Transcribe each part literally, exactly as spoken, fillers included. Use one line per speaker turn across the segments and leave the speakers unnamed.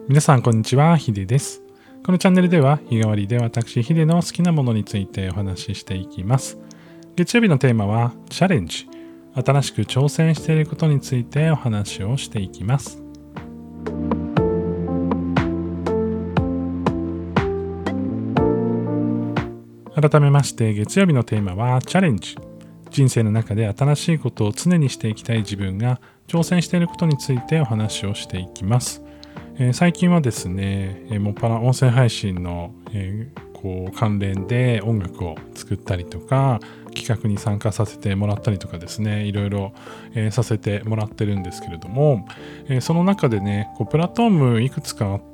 皆さんこんにちは、ヒデです。このチャンネルでは日替わりで私ヒデの好きなものについてお話ししていきます。月曜日のテーマはチャレンジ。新しく挑戦していることについてお話をしていきます。改めまして月曜日のテーマはチャレンジ。人生の中で新しいことを常にしていきたい自分が挑戦していることについてお話をしていきます。えー、最近はですね、えー、もっぱら音声配信の、えー、こう関連で音楽を作ったりとか企画に参加させてもらったりとかですね、いろいろ、えー、させてもらってるんですけれども、えー、その中でねこうプラットフォームいくつかあって、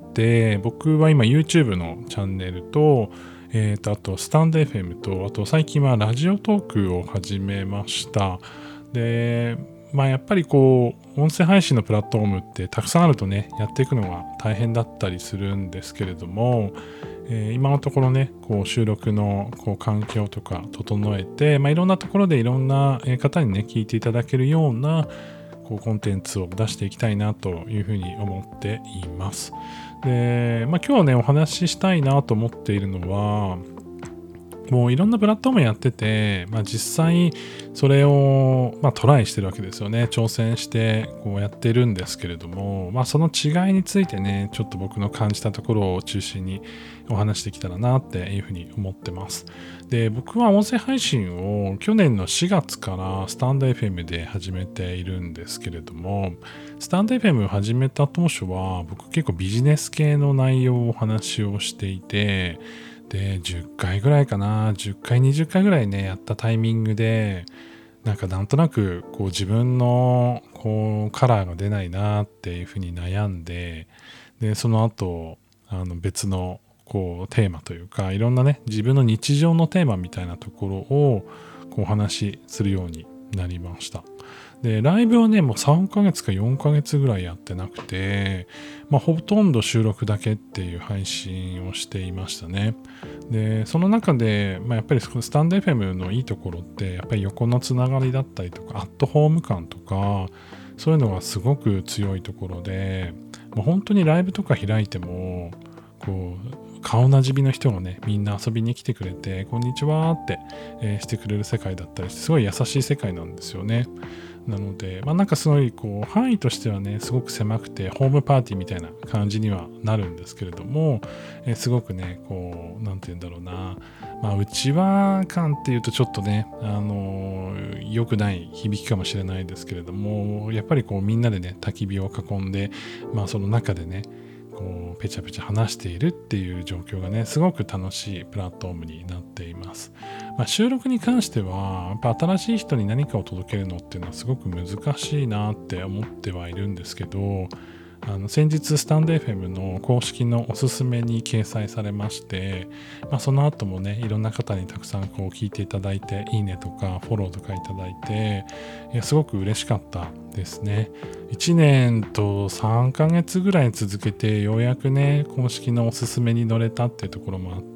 僕は今 YouTube のチャンネルとえー、とあとスタンド エフエム と、あと最近はラジオトークを始めました。で、まあやっぱりこう音声配信のプラットフォームってたくさんあるとね、やっていくのが大変だったりするんですけれども、えー、今のところねこう収録のこう環境とか整えて、まあ、いろんなところでいろんな方にね聞いていただけるようなこうコンテンツを出していきたいなというふうに思っています。で、まあ、今日ねお話ししたいなと思っているのは、もういろんなプラットフォームやってて、まあ、実際それを、まあ、トライしてるわけですよね。挑戦してこうやってるんですけれども、まあ、その違いについてねちょっと僕の感じたところを中心にお話してきたらなっていうふうに思ってます。で、僕は音声配信を去年のしがつからスタンド エフエム で始めているんですけれども、スタンド エフエム を始めた当初は僕結構ビジネス系の内容をお話をしていて、でじゅっかいぐらいかな、じゅっかいにじゅっかいぐらいねやったタイミングでなんかなんとなくこう自分のこうカラーが出ないなっていうふうに悩んで、でその後あの別のこうテーマというか、いろんなね自分の日常のテーマみたいなところをこうお話しするようになりました。でライブはねもうさんかげつかよんかげつぐらいやってなくて、まあ、ほとんど収録だけっていう配信をしていましたね。でその中で、まあ、やっぱりスタンド エフエム のいいところってやっぱり横のつながりだったりとかアットホーム感とか、そういうのがすごく強いところで、もう本当にライブとか開いてもこう顔なじみの人がねみんな遊びに来てくれてこんにちはって、えーしてくれる世界だったりして、すごい優しい世界なんですよね。なので、まあなんかすごいこう範囲としてはねすごく狭くてホームパーティーみたいな感じにはなるんですけれども、えーすごくねこうなんて言うんだろうな、まあ内輪感っていうとちょっとねあのー良くない響きかもしれないですけれども、やっぱりこうみんなでね焚き火を囲んで、まあその中でねこうペチャペチャ話しているっていう状況がねすごく楽しいプラットフォームになっています。まあ、収録に関してはやっぱ新しい人に何かを届けるのっていうのはすごく難しいなって思ってはいるんですけど、あの先日スタンド エフエム の公式のおすすめに掲載されまして、まあ、その後もねいろんな方にたくさんこう聞いていただいていいねとかフォローとかいただいて、いやすごく嬉しかったですね。いちねんとさんかげつぐらい続けてようやくね公式のおすすめに乗れたっていうところもあって、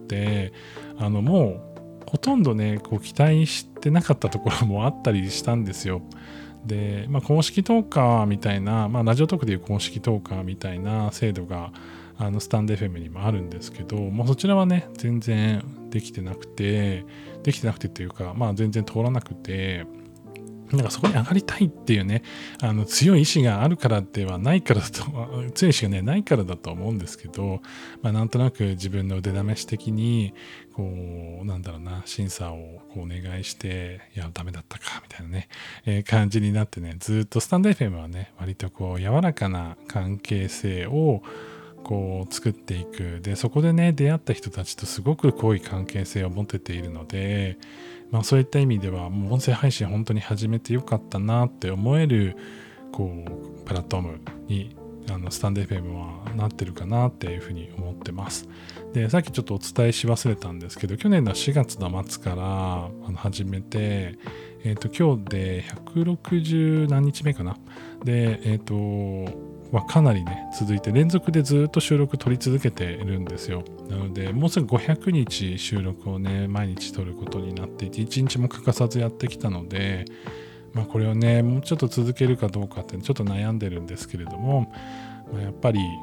あのもうほとんどねこう期待してなかったところもあったりしたんですよ。で、まあ、公式トーカーみたいな、まあ、ラジオトークでいう公式トーカーみたいな制度があのスタンド エフエム にもあるんですけど、もうそちらはね全然できてなくてできてなくてっていうか、まあ全然通らなくて、なんかそこに上がりたいっていうねあの強い意志があるからではないからだと強い意志がねないからだと思うんですけど、まあ、なんとなく自分の腕試し的にこうなんだろうな審査をこうお願いしていやダメだったかみたいなね、えー感じになってね、ずっとスタンド エフエム はね割とこう柔らかな関係性をこう作っていく。でそこでね出会った人たちとすごく濃い関係性を持てているので、まあ、そういった意味ではもう音声配信本当に始めてよかったなって思えるこうプラットフォームにあのスタンド エフエム はなってるかなっていうふうに思ってます。でさっきちょっとお伝えし忘れたんですけど、去年のしがつの末からあの始めて、えっと今日でひゃくろくじゅう何日目かな。でえっとはかなりね続いて連続でずっと収録取り続けているんですよ。なのでもうすぐごひゃくにち収録をね毎日取ることになっていて、いちにちも欠かさずやってきたので、まあこれをねもうちょっと続けるかどうかってちょっと悩んでるんですけれども、まあ、やっぱり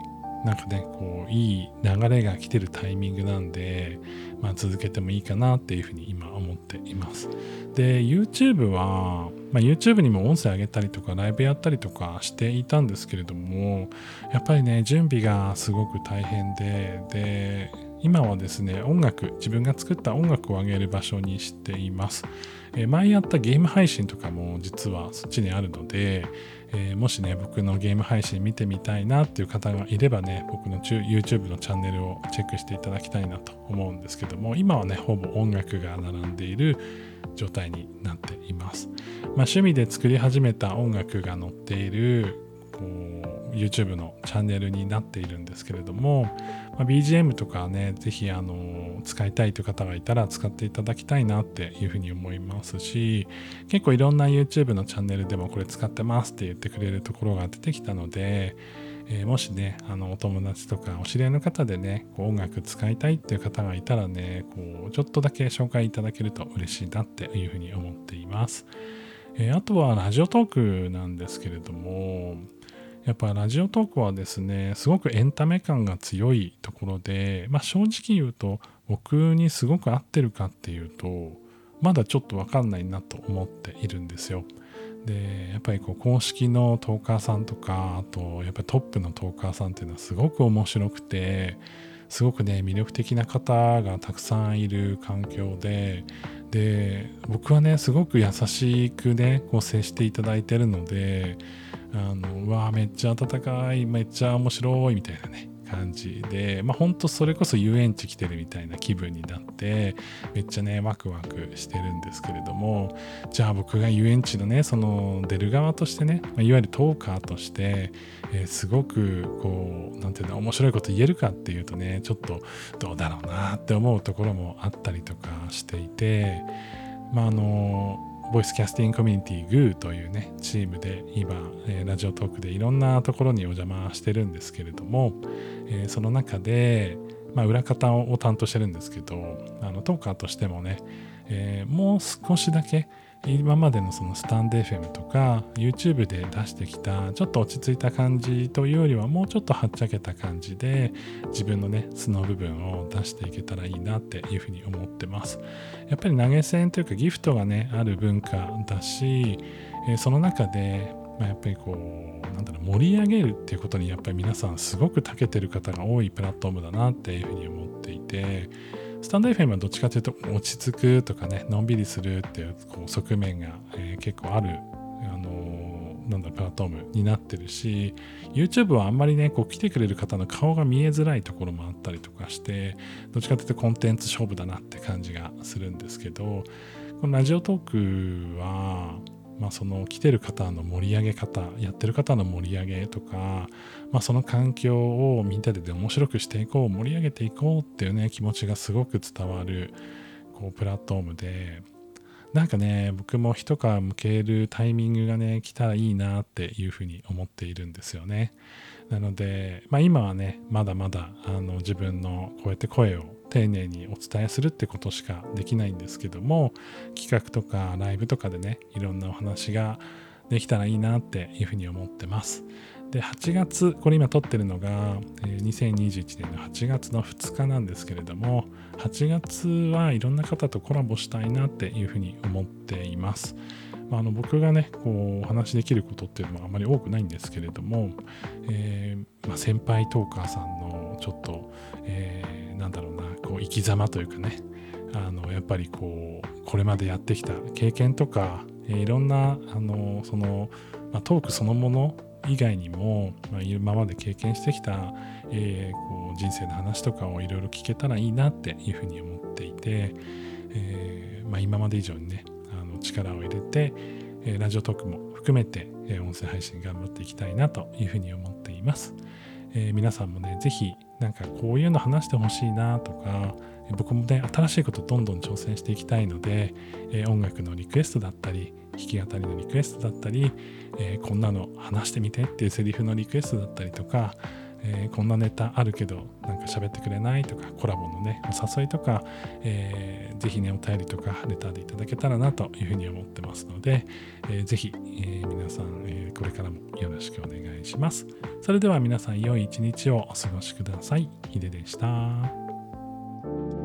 なんかねこういい流れが来てるタイミングなんで、まあ、続けてもいいかなっていうふうに今思っています。で YouTube は、まあ、YouTube にも音声上げたりとかライブやったりとかしていたんですけれども、やっぱりね準備がすごく大変でで今はですね音楽自分が作った音楽を上げる場所にしています。えー前やったゲーム配信とかも実はそっちにあるので、えーもしね僕のゲーム配信見てみたいなっていう方がいればね僕の YouTube のチャンネルをチェックしていただきたいなと思うんですけども、今はねほぼ音楽が並んでいる状態になっています。まあ、趣味で作り始めた音楽が載っているこう YouTube のチャンネルになっているんですけれども、まあ、ビージーエム とかねぜひあの使いたいという方がいたら使っていただきたいなっていうふうに思いますし、結構いろんな YouTube のチャンネルでもこれ使ってますって言ってくれるところが出てきたので、えーもしねあのお友達とかお知り合いの方でねこう音楽使いたいっていう方がいたらねこうちょっとだけ紹介いただけると嬉しいなっていうふうに思っています。えーあとはラジオトークなんですけれども、やっぱラジオトークはですねすごくエンタメ感が強いところで、まあ、正直言うと僕にすごく合ってるかっていうとまだちょっと分かんないなと思っているんですよ。でやっぱりこう公式のトーカーさんとか、あとやっぱりトップのトーカーさんっていうのはすごく面白くて、すごくね魅力的な方がたくさんいる環境で、で僕はねすごく優しくねこう接していただいてるので、あのうわめっちゃ温かいめっちゃ面白いみたいなね感じで、まあ本当それこそ遊園地来てるみたいな気分になってめっちゃねワクワクしてるんですけれども、じゃあ僕が遊園地のねその出る側としてね、まあ、いわゆるトーカーとして、えーすごくこうなんていうの面白いこと言えるかっていうとねちょっとどうだろうなって思うところもあったりとかしていて、まああのボイスキャスティングコミュニティ グー というねチームで今、えーラジオトークでいろんなところにお邪魔してるんですけれども、えーその中で、まあ、裏方を担当してるんですけど、あのトーカーとしてもね、えーもう少しだけ今までのそのスタンド エフエム とか YouTube で出してきたちょっと落ち着いた感じというよりはもうちょっとはっちゃけた感じで自分のね素の部分を出していけたらいいなっていうふうに思ってます。やっぱり投げ銭というかギフトがねある文化だし、えーその中で、まあ、やっぱりこうなんだろう盛り上げるっていうことにやっぱり皆さんすごく長けてる方が多いプラットフォームだなっていうふうに思っていて、スタンド エフエム はどっちかというと落ち着くとかねのんびりするっていうこう側面が、えー結構ある、あのーなんだろうプラットフォームになってるし、 YouTube はあんまりねこう来てくれる方の顔が見えづらいところもあったりとかして、どっちかというとコンテンツ勝負だなって感じがするんですけど、このラジオトークはまあ、その来てる方の盛り上げ方、やってる方の盛り上げとか、まあ、その環境をみんなで面白くしていこう、盛り上げていこうっていうね気持ちがすごく伝わるこうプラットフォームで、なんかね僕も一皮向けるタイミングがね来たらいいなっていうふうに思っているんですよね。なので、まあ、今はねまだまだあの自分のこうやって声を丁寧にお伝えするってことしかできないんですけども、企画とかライブとかでねいろんなお話ができたらいいなっていうふうに思ってます。ではちがつ、これ今撮ってるのが、えーにせんにじゅういちねんのはちがつのふつかなんですけれども、はちがつはいろんな方とコラボしたいなっていうふうに思っています。まあ、あの僕がねこうお話しできることっていうのはあまり多くないんですけれども、えーまあ、先輩トーカーさんのちょっと、えーなんだろうなこう生き様というかね、あのやっぱりこうこれまでやってきた経験とか、えーいろんなあのその、まあ、トークそのもの以外にも、まあ、今まで経験してきた、えーこう人生の話とかをいろいろ聞けたらいいなっていうふうに思っていて、えーまあ、今まで以上にねあの力を入れて、えーラジオトークも含めて、えー音声配信頑張っていきたいなというふうに思っています。えー皆さんもねぜひなんかこういうの話してほしいなとか、僕もね新しいことどんどん挑戦していきたいので、えー音楽のリクエストだったり弾き語りのリクエストだったり、えーこんなの話してみてっていうセリフのリクエストだったりとか、えーこんなネタあるけどなんか喋ってくれないとか、コラボのねお誘いとか、えーぜひねお便りとかレターでいただけたらなというふうに思ってますので、えーぜひ、えー皆さん、えーこれからもよろしくお願いします。それでは皆さん良い一日をお過ごしください。ヒデでした。